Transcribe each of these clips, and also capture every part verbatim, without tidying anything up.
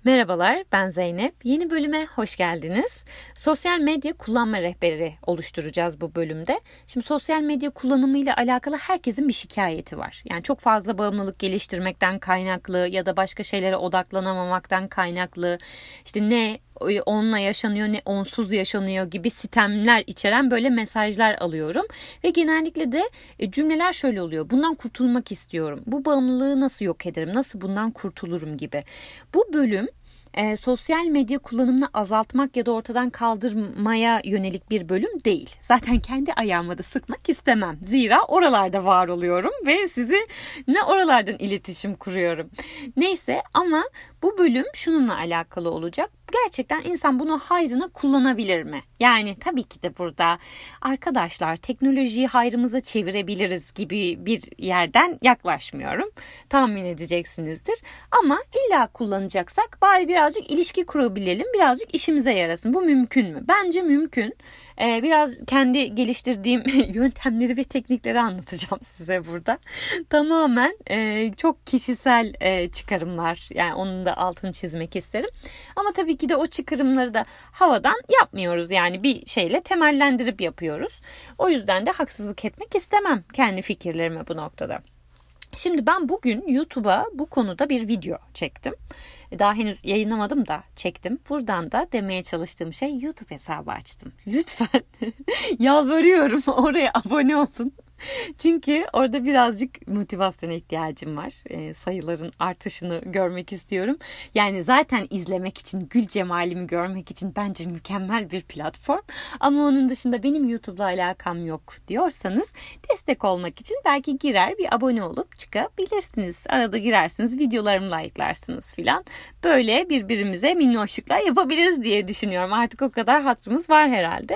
Merhabalar, ben Zeynep. Yeni bölüme hoş geldiniz. Sosyal medya kullanma rehberi oluşturacağız bu bölümde. Şimdi sosyal medya kullanımıyla alakalı herkesin bir şikayeti var. Yani çok fazla bağımlılık geliştirmekten kaynaklı ya da başka şeylere odaklanamamaktan kaynaklı. İşte ne onunla yaşanıyor ne onsuz yaşanıyor gibi sitemler içeren böyle mesajlar alıyorum. Ve genellikle de cümleler şöyle oluyor. Bundan kurtulmak istiyorum. Bu bağımlılığı nasıl yok ederim? Nasıl bundan kurtulurum gibi. Bu bölüm E, sosyal medya kullanımını azaltmak ya da ortadan kaldırmaya yönelik bir bölüm değil. Zaten kendi ayağıma da sıkmak istemem. Zira oralarda var oluyorum ve sizi ne oralardan iletişim kuruyorum. Neyse ama bu bölüm şununla alakalı olacak. Gerçekten insan bunu hayrına kullanabilir mi? Yani tabii ki de burada arkadaşlar teknolojiyi hayrımıza çevirebiliriz gibi bir yerden yaklaşmıyorum. Tahmin edeceksinizdir. Ama illa kullanacaksak bari birazcık ilişki kurabilelim, birazcık işimize yarasın. Bu mümkün mü? Bence mümkün. Ee, biraz kendi geliştirdiğim yöntemleri ve teknikleri anlatacağım size burada. Tamamen e, çok kişisel e, çıkarımlar. Yani onun da altını çizmek isterim. Ama tabii ki de o çıkarımları da havadan yapmıyoruz. Yani bir şeyle temellendirip yapıyoruz. O yüzden de haksızlık etmek istemem kendi fikirlerime bu noktada. Şimdi ben bugün YouTube'a bu konuda bir video çektim. Daha henüz yayınlamadım da çektim. Buradan da demeye çalıştığım şey YouTube hesabı açtım. Lütfen yalvarıyorum oraya abone olun. Çünkü orada birazcık motivasyona ihtiyacım var. E, sayıların artışını görmek istiyorum. Yani zaten izlemek için, gül cemalimi görmek için bence mükemmel bir platform. Ama onun dışında benim YouTube'la alakam yok diyorsanız destek olmak için belki girer bir abone olup çıkabilirsiniz. Arada girersiniz, videolarımı like'larsınız filan. Böyle birbirimize minnoşluklar yapabiliriz diye düşünüyorum. Artık o kadar hatırımız var herhalde.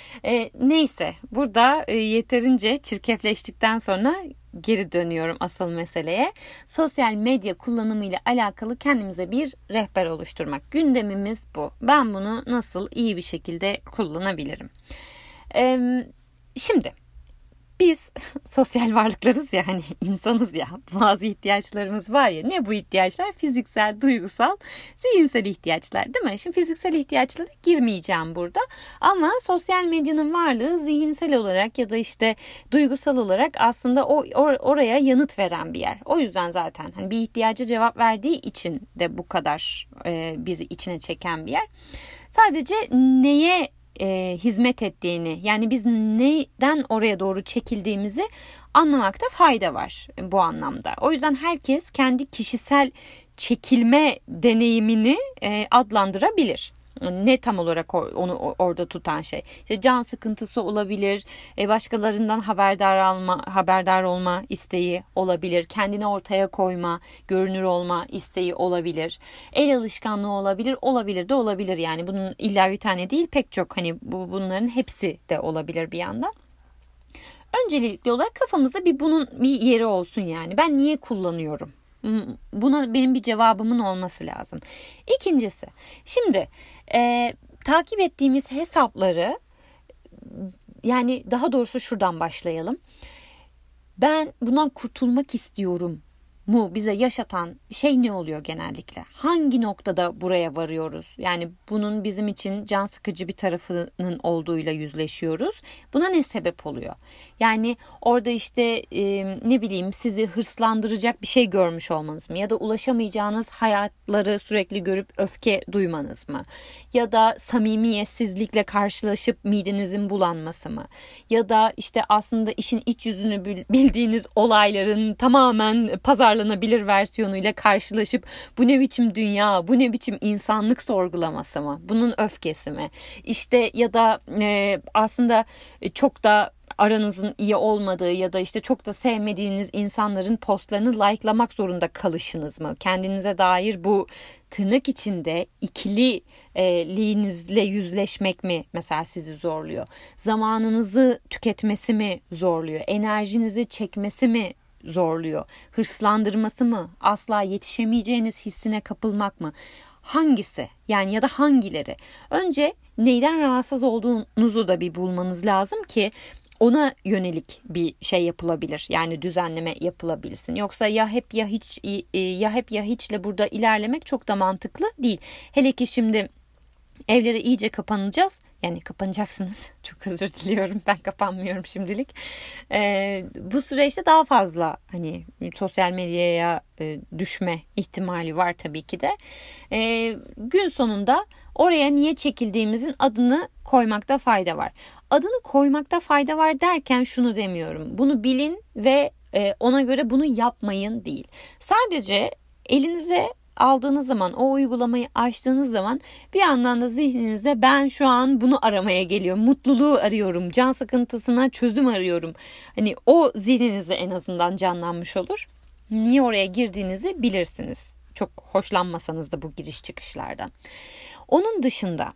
E, neyse burada e, yeterince çirkefleştikten sonra geri dönüyorum asıl meseleye. Sosyal medya kullanımıyla alakalı kendimize bir rehber oluşturmak. Gündemimiz bu. Ben bunu nasıl iyi bir şekilde kullanabilirim? E, şimdi biz sosyal varlıklarız ya, hani insanız ya, bazı ihtiyaçlarımız var ya. Ne bu ihtiyaçlar? Fiziksel, duygusal, zihinsel ihtiyaçlar, değil mi? Şimdi fiziksel ihtiyaçlara girmeyeceğim burada ama sosyal medyanın varlığı zihinsel olarak ya da işte duygusal olarak aslında o or- oraya yanıt veren bir yer. O yüzden zaten hani bir ihtiyaca cevap verdiği için de bu kadar e, bizi içine çeken bir yer. Sadece neye E, hizmet ettiğini, yani biz neden oraya doğru çekildiğimizi anlamakta fayda var bu anlamda. O yüzden herkes kendi kişisel çekilme deneyimini e, adlandırabilir. Ne tam olarak onu orada tutan şey? İşte can sıkıntısı olabilir, başkalarından haberdar alma, haberdar olma isteği olabilir, kendini ortaya koyma, görünür olma isteği olabilir, el alışkanlığı olabilir, olabilir de olabilir. Yani bunun illa bir tane değil, pek çok, hani bu bunların hepsi de olabilir bir yandan. Öncelikli olarak kafamızda bir bunun bir yeri olsun yani. Ben niye kullanıyorum? Buna benim bir cevabımın olması lazım. İkincisi, şimdi e, takip ettiğimiz hesapları, yani daha doğrusu şuradan başlayalım. Ben bundan kurtulmak istiyorum mu bize yaşatan şey ne oluyor genellikle? Hangi noktada buraya varıyoruz? Yani bunun bizim için can sıkıcı bir tarafının olduğuyla yüzleşiyoruz. Buna ne sebep oluyor? Yani orada işte e, ne bileyim sizi hırslandıracak bir şey görmüş olmanız mı? Ya da ulaşamayacağınız hayatları sürekli görüp öfke duymanız mı? Ya da samimiyetsizlikle karşılaşıp midenizin bulanması mı? Ya da işte aslında işin iç yüzünü bildiğiniz olayların tamamen pazarlanabilir versiyonuyla karşılaşıp bu ne biçim dünya, bu ne biçim insanlık sorgulaması mı? Bunun öfkesi mi? İşte ya da e, aslında çok da aranızın iyi olmadığı ya da işte çok da sevmediğiniz insanların postlarını like'lamak zorunda kalışınız mı? Kendinize dair bu tırnak içinde ikililiğinizle yüzleşmek mi mesela sizi zorluyor? Zamanınızı tüketmesi mi zorluyor? Enerjinizi çekmesi mi zorluyor? Hırslandırması mı? Asla yetişemeyeceğiniz hissine kapılmak mı? Hangisi? Yani ya da hangileri? Önce neyden rahatsız olduğunuzu da bir bulmanız lazım ki ona yönelik bir şey yapılabilir. Yani düzenleme yapılabilsin. Yoksa ya hep ya hiç ya hep ya hiçle burada ilerlemek çok da mantıklı değil. Hele ki şimdi evlere iyice kapanacağız. Yani kapanacaksınız. Çok özür diliyorum. Ben kapanmıyorum şimdilik. Ee, bu süreçte daha fazla hani sosyal medyaya e, düşme ihtimali var tabii ki de. Ee, gün sonunda oraya niye çekildiğimizin adını koymakta fayda var. Adını koymakta fayda var derken şunu demiyorum. Bunu bilin ve e, ona göre bunu yapmayın değil. Sadece elinize aldığınız zaman, o uygulamayı açtığınız zaman bir yandan da zihninize ben şu an bunu aramaya geliyorum. Mutluluğu arıyorum, can sıkıntısına çözüm arıyorum. Hani o zihninizde en azından canlanmış olur. Niye oraya girdiğinizi bilirsiniz. Çok hoşlanmasanız da bu giriş çıkışlardan. Onun dışında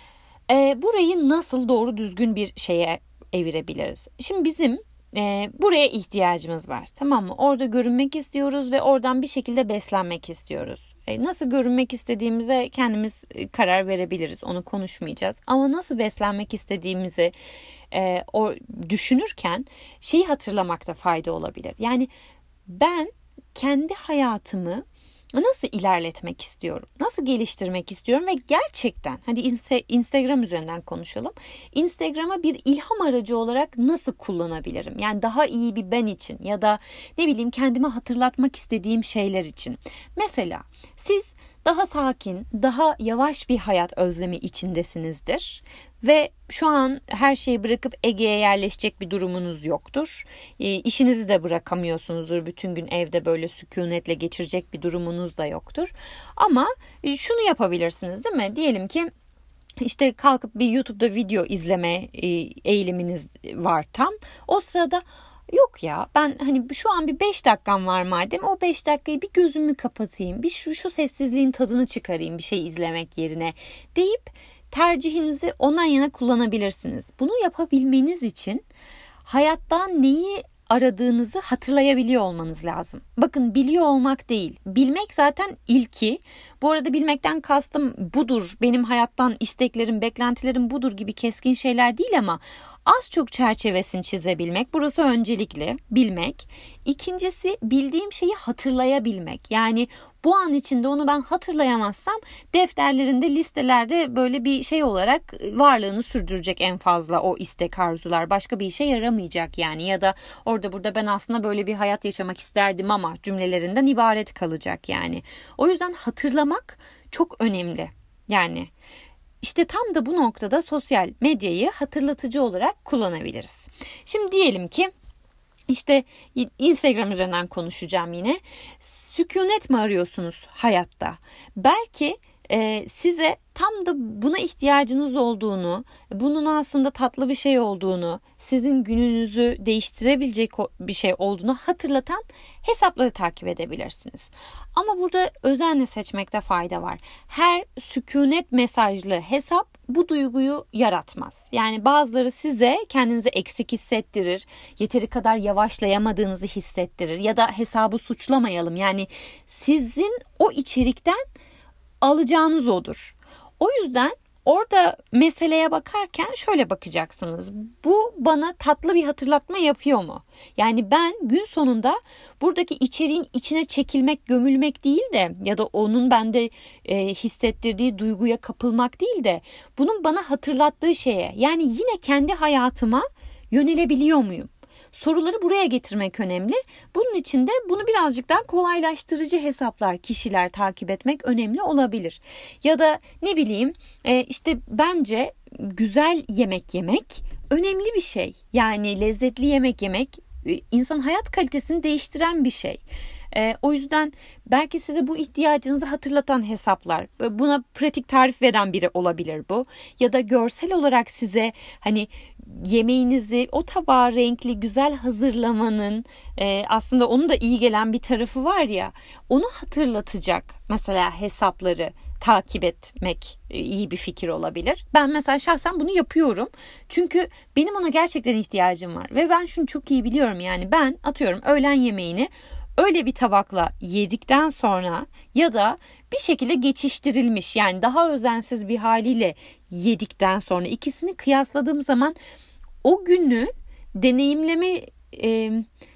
e, burayı nasıl doğru düzgün bir şeye evirebiliriz? Şimdi bizim E, buraya ihtiyacımız var, tamam mı? Orada görünmek istiyoruz ve oradan bir şekilde beslenmek istiyoruz. E, nasıl görünmek istediğimize kendimiz karar verebiliriz, onu konuşmayacağız. Ama nasıl beslenmek istediğimizi e, o düşünürken şeyi hatırlamakta fayda olabilir. Yani ben kendi hayatımı nasıl ilerletmek istiyorum? Nasıl geliştirmek istiyorum ve gerçekten hadi Instagram üzerinden konuşalım. Instagram'a bir ilham aracı olarak nasıl kullanabilirim? Yani daha iyi bir ben için ya da ne bileyim kendime hatırlatmak istediğim şeyler için. Mesela siz daha sakin, daha yavaş bir hayat özlemi içindesinizdir ve şu an her şeyi bırakıp Ege'ye yerleşecek bir durumunuz yoktur. E, işinizi de bırakamıyorsunuzdur. Bütün gün evde böyle sükunetle geçirecek bir durumunuz da yoktur. Ama e, şunu yapabilirsiniz, değil mi? Diyelim ki işte kalkıp bir YouTube'da video izleme e, eğiliminiz var tam. O sırada yok ya ben hani şu an bir beş dakikam var madem o beş dakikayı bir gözümü kapatayım. Bir şu, şu sessizliğin tadını çıkarayım bir şey izlemek yerine deyip tercihinizi ondan yana kullanabilirsiniz. Bunu yapabilmeniz için hayattan neyi aradığınızı hatırlayabiliyor olmanız lazım. Bakın biliyor olmak değil. Bilmek zaten ilki. Bu arada bilmekten kastım budur. Benim hayattan isteklerim, beklentilerim budur gibi keskin şeyler değil ama az çok çerçevesini çizebilmek. Burası öncelikli. Bilmek. İkincisi bildiğim şeyi hatırlayabilmek. Yani bu an içinde onu ben hatırlayamazsam defterlerinde, listelerde böyle bir şey olarak varlığını sürdürecek en fazla o istek, arzular. Başka bir işe yaramayacak yani. Ya da orada burada ben aslında böyle bir hayat yaşamak isterdim ama cümlelerinden ibaret kalacak yani. O yüzden hatırlamak çok önemli. Yani İşte tam da bu noktada sosyal medyayı hatırlatıcı olarak kullanabiliriz. Şimdi diyelim ki işte Instagram üzerinden konuşacağım yine. Sükunet mi arıyorsunuz hayatta? Belki e, size tam da buna ihtiyacınız olduğunu, bunun aslında tatlı bir şey olduğunu, sizin gününüzü değiştirebilecek bir şey olduğunu hatırlatan hesapları takip edebilirsiniz. Ama burada özenle seçmekte fayda var. Her sükunet mesajlı hesap bu duyguyu yaratmaz. Yani bazıları size kendinizi eksik hissettirir, yeteri kadar yavaşlayamadığınızı hissettirir ya da hesabı suçlamayalım. Yani sizin o içerikten alacağınız odur. O yüzden orada meseleye bakarken şöyle bakacaksınız. Bu bana tatlı bir hatırlatma yapıyor mu? Yani ben gün sonunda buradaki içeriğin içine çekilmek, gömülmek değil de ya da onun bende e, hissettirdiği duyguya kapılmak değil de bunun bana hatırlattığı şeye yani yine kendi hayatıma yönelebiliyor muyum? Soruları buraya getirmek önemli. Bunun için de bunu birazcık daha kolaylaştırıcı hesaplar, kişiler takip etmek önemli olabilir. Ya da ne bileyim işte bence güzel yemek yemek önemli bir şey. Yani lezzetli yemek yemek insan hayat kalitesini değiştiren bir şey. E, o yüzden belki size bu ihtiyacınızı hatırlatan hesaplar, buna pratik tarif veren biri olabilir bu. Ya da görsel olarak size hani yemeğinizi o tabağa renkli güzel hazırlamanın e, aslında onun da iyi gelen bir tarafı var ya, onu hatırlatacak mesela hesapları takip etmek iyi bir fikir olabilir. Ben mesela şahsen bunu yapıyorum. Çünkü benim ona gerçekten ihtiyacım var. Ve ben şunu çok iyi biliyorum, yani ben atıyorum öğlen yemeğini öyle bir tabakla yedikten sonra ya da bir şekilde geçiştirilmiş, yani daha özensiz bir haliyle yedikten sonra ikisini kıyasladığım zaman o günü deneyimleme e,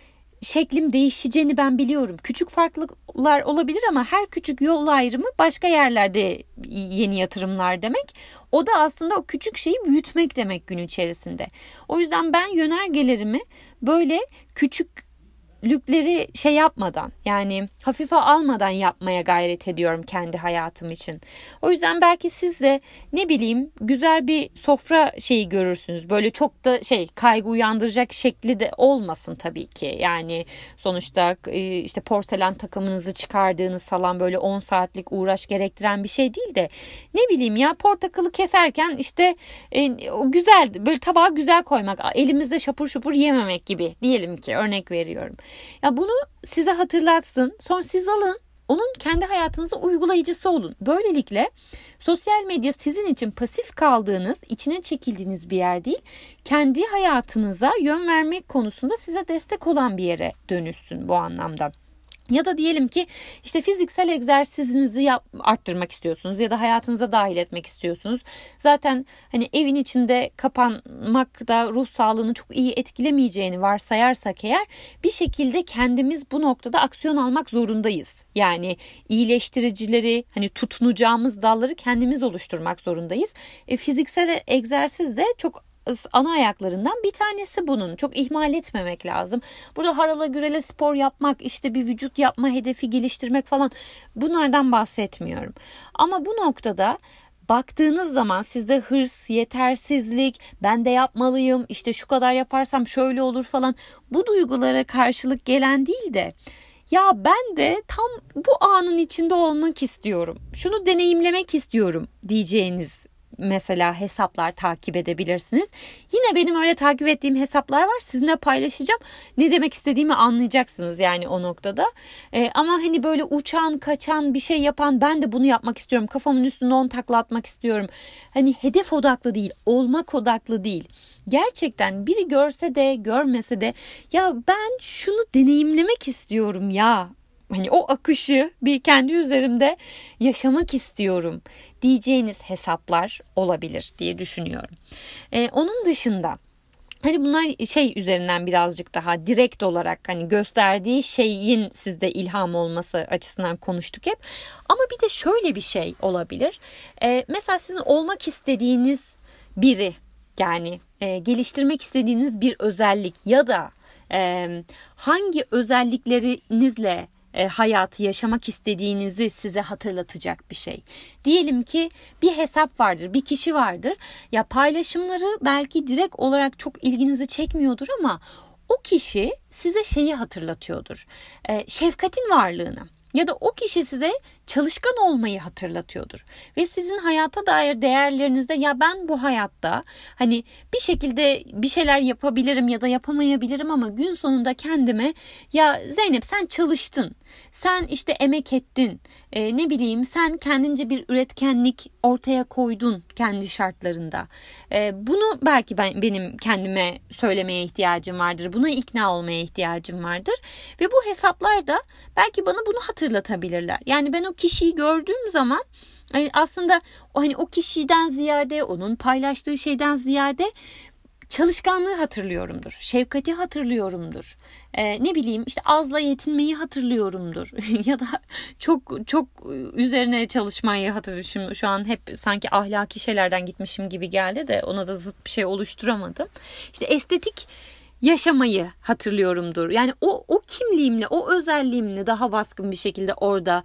şeklim değişeceğini ben biliyorum. Küçük farklılıklar olabilir ama her küçük yol ayrımı başka yerlerde yeni yatırımlar demek. O da aslında o küçük şeyi büyütmek demek gün içerisinde. O yüzden ben yönergelerimi böyle küçük lükleri şey yapmadan, yani hafife almadan yapmaya gayret ediyorum kendi hayatım için. O yüzden belki siz de ne bileyim güzel bir sofra şeyi görürsünüz. Böyle çok da şey kaygı uyandıracak şekli de olmasın tabii ki. Yani sonuçta işte porselen takımınızı çıkardığınız falan böyle on saatlik uğraş gerektiren bir şey değil de ne bileyim ya portakalı keserken işte e, o güzel böyle tabağa güzel koymak, elimizde şapur şupur yememek gibi diyelim ki, örnek veriyorum. Ya bunu size hatırlatsın. Sonra siz alın, onun kendi hayatınıza uygulayıcısı olun. Böylelikle sosyal medya sizin için pasif kaldığınız, içine çekildiğiniz bir yer değil, kendi hayatınıza yön vermek konusunda size destek olan bir yere dönüşsün bu anlamda. Ya da diyelim ki işte fiziksel egzersizinizi yap, arttırmak istiyorsunuz ya da hayatınıza dahil etmek istiyorsunuz. Zaten hani evin içinde kapanmak da ruh sağlığını çok iyi etkilemeyeceğini varsayarsak eğer, bir şekilde kendimiz bu noktada aksiyon almak zorundayız. Yani iyileştiricileri, hani tutunacağımız dalları kendimiz oluşturmak zorundayız. E, fiziksel egzersiz de çok ana ayaklarından bir tanesi bunun. Çok ihmal etmemek lazım. Burada harala gürele spor yapmak, işte bir vücut yapma hedefi geliştirmek falan, bunlardan bahsetmiyorum. Ama bu noktada baktığınız zaman sizde hırs, yetersizlik, ben de yapmalıyım, işte şu kadar yaparsam şöyle olur falan, bu duygulara karşılık gelen değil de ya ben de tam bu anın içinde olmak istiyorum, şunu deneyimlemek istiyorum diyeceğiniz mesela hesaplar takip edebilirsiniz. Yine benim öyle takip ettiğim hesaplar var. Sizinle paylaşacağım. Ne demek istediğimi anlayacaksınız yani o noktada. Ee, ama hani böyle uçan, kaçan, bir şey yapan, ben de bunu yapmak istiyorum, kafamın üstünde on takla atmak istiyorum. Hani hedef odaklı değil, olmak odaklı değil. Gerçekten biri görse de görmese de ya ben şunu deneyimlemek istiyorum ya. Hani o akışı bir kendi üzerimde yaşamak istiyorum diyeceğiniz hesaplar olabilir diye düşünüyorum. Ee, onun dışında hani bunlar şey üzerinden birazcık daha direkt olarak hani gösterdiği şeyin sizde ilham olması açısından konuştuk hep. Ama bir de şöyle bir şey olabilir. Ee, mesela sizin olmak istediğiniz biri, yani e, geliştirmek istediğiniz bir özellik ya da e, hangi özelliklerinizle E, hayatı yaşamak istediğinizi size hatırlatacak bir şey. Diyelim ki bir hesap vardır, bir kişi vardır. Ya paylaşımları belki direkt olarak çok ilginizi çekmiyordur ama o kişi size şeyi hatırlatıyordur. E, şefkatin varlığını. Ya da o kişi size çalışkan olmayı hatırlatıyordur. Ve sizin hayata dair değerlerinizde ya ben bu hayatta hani bir şekilde bir şeyler yapabilirim ya da yapamayabilirim ama gün sonunda kendime ya Zeynep sen çalıştın, sen işte emek ettin, e, ne bileyim sen kendince bir üretkenlik ortaya koydun kendi şartlarında. E, bunu belki ben benim kendime söylemeye ihtiyacım vardır, buna ikna olmaya ihtiyacım vardır ve bu hesaplar da belki bana bunu hatırlatabilirler. Yani ben o kişiyi gördüğüm zaman aslında o hani o kişiden ziyade, onun paylaştığı şeyden ziyade çalışkanlığı hatırlıyorumdur, şefkati hatırlıyorumdur, ee, ne bileyim işte azla yetinmeyi hatırlıyorumdur ya da çok çok üzerine çalışmayı hatırlıyorum. Şu an hep sanki ahlaki şeylerden gitmişim gibi geldi de ona da zıt bir şey oluşturamadım. İşte estetik yaşamayı hatırlıyorumdur. Yani o o kimliğimle, o özelliğimle daha baskın bir şekilde orada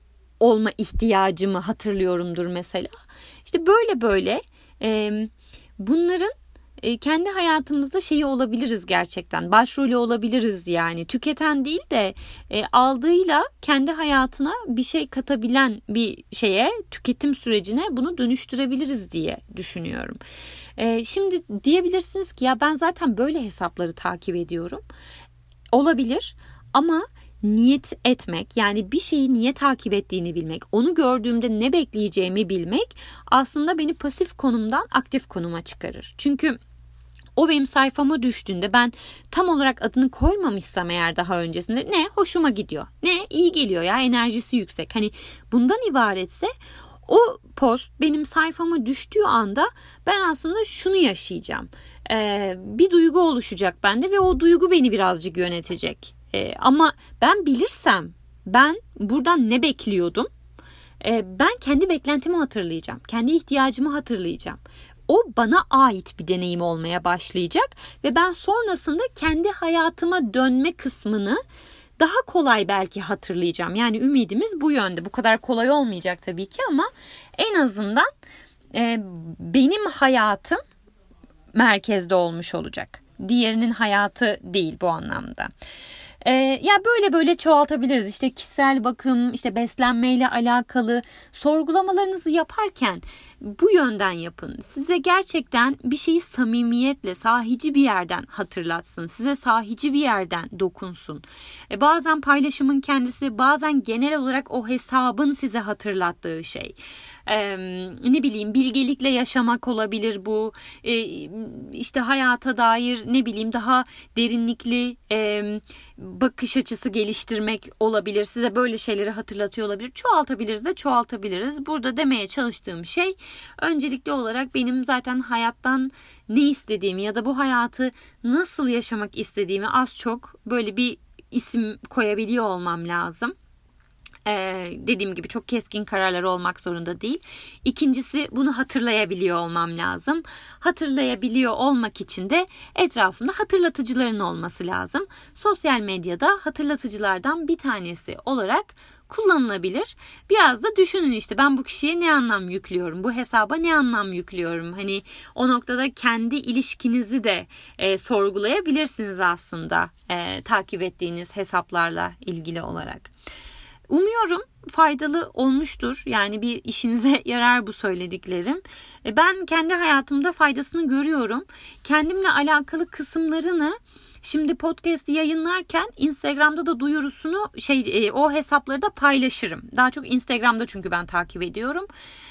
olma ihtiyacımı hatırlıyorumdur mesela. İşte böyle böyle e, bunların e, kendi hayatımızda şeyi olabiliriz gerçekten. Başrolü olabiliriz yani. Tüketen değil de e, aldığıyla kendi hayatına bir şey katabilen bir şeye, tüketim sürecine bunu dönüştürebiliriz diye düşünüyorum. E, şimdi diyebilirsiniz ki ya ben zaten böyle hesapları takip ediyorum. Olabilir ama niyet etmek, yani bir şeyi niye takip ettiğini bilmek, onu gördüğümde ne bekleyeceğimi bilmek aslında beni pasif konumdan aktif konuma çıkarır. Çünkü o benim sayfama düştüğünde ben tam olarak adını koymamışsam eğer daha öncesinde ne hoşuma gidiyor, ne iyi geliyor ya enerjisi yüksek. Hani bundan ibaretse o post benim sayfama düştüğü anda ben aslında şunu yaşayacağım. Ee, bir duygu oluşacak bende ve o duygu beni birazcık yönetecek. Ee, ama ben bilirsem ben buradan ne bekliyordum? Ee, ben kendi beklentimi hatırlayacağım. Kendi ihtiyacımı hatırlayacağım. O bana ait bir deneyim olmaya başlayacak ve ben sonrasında kendi hayatıma dönme kısmını daha kolay belki hatırlayacağım. Yani ümidimiz bu yönde. Bu kadar kolay olmayacak tabii ki ama en azından e, benim hayatım merkezde olmuş olacak. Diğerinin hayatı değil bu anlamda. Ee, ya böyle böyle çoğaltabiliriz. İşte kişisel bakım, işte beslenmeyle alakalı sorgulamalarınızı yaparken bu yönden yapın. Size gerçekten bir şeyi samimiyetle, sahici bir yerden hatırlatsın. Size sahici bir yerden dokunsun. Ee, bazen paylaşımın kendisi, bazen genel olarak o hesabın size hatırlattığı şey. Ee, ne bileyim bilgelikle yaşamak olabilir bu. Ee, işte hayata dair ne bileyim daha derinlikli e, bakış açısı geliştirmek olabilir. Size böyle şeyleri hatırlatıyor olabilir. Çoğaltabiliriz de çoğaltabiliriz. Burada demeye çalıştığım şey öncelikli olarak benim zaten hayattan ne istediğimi ya da bu hayatı nasıl yaşamak istediğimi az çok böyle bir isim koyabiliyor olmam lazım. Ee, dediğim gibi çok keskin kararlar olmak zorunda değil. İkincisi bunu hatırlayabiliyor olmam lazım. Hatırlayabiliyor olmak için de etrafımda hatırlatıcıların olması lazım. Sosyal medyada hatırlatıcılardan bir tanesi olarak kullanılabilir. Biraz da düşünün işte ben bu kişiye ne anlam yüklüyorum? Bu hesaba ne anlam yüklüyorum? Hani o noktada kendi ilişkinizi de e, sorgulayabilirsiniz aslında e, takip ettiğiniz hesaplarla ilgili olarak. Umuyorum faydalı olmuştur. Yani bir işinize yarar bu söylediklerim. Ben kendi hayatımda faydasını görüyorum. Kendimle alakalı kısımlarını şimdi podcast yayınlarken Instagram'da da duyurusunu şey o hesapları da paylaşırım. Daha çok Instagram'da çünkü ben takip ediyorum.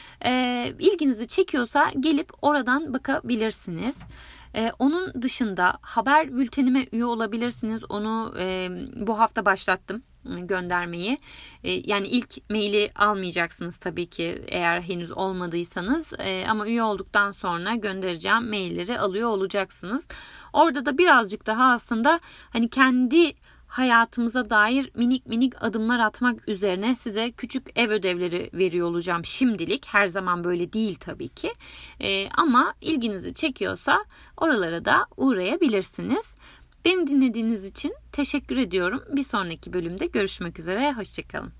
E, ilginizi çekiyorsa gelip oradan bakabilirsiniz. E, onun dışında haber bültenime üye olabilirsiniz. Onu e, bu hafta başlattım göndermeyi. E, yani ilk maili almayacaksınız tabii ki eğer henüz olmadıysanız. E, ama üye olduktan sonra göndereceğim mailleri alıyor olacaksınız. Orada da birazcık daha aslında hani kendi hayatımıza dair minik minik adımlar atmak üzerine size küçük ev ödevleri veriyor olacağım şimdilik. Her zaman böyle değil tabii ki. Ee, ama ilginizi çekiyorsa oralara da uğrayabilirsiniz. Beni dinlediğiniz için teşekkür ediyorum. Bir sonraki bölümde görüşmek üzere. Hoşçakalın.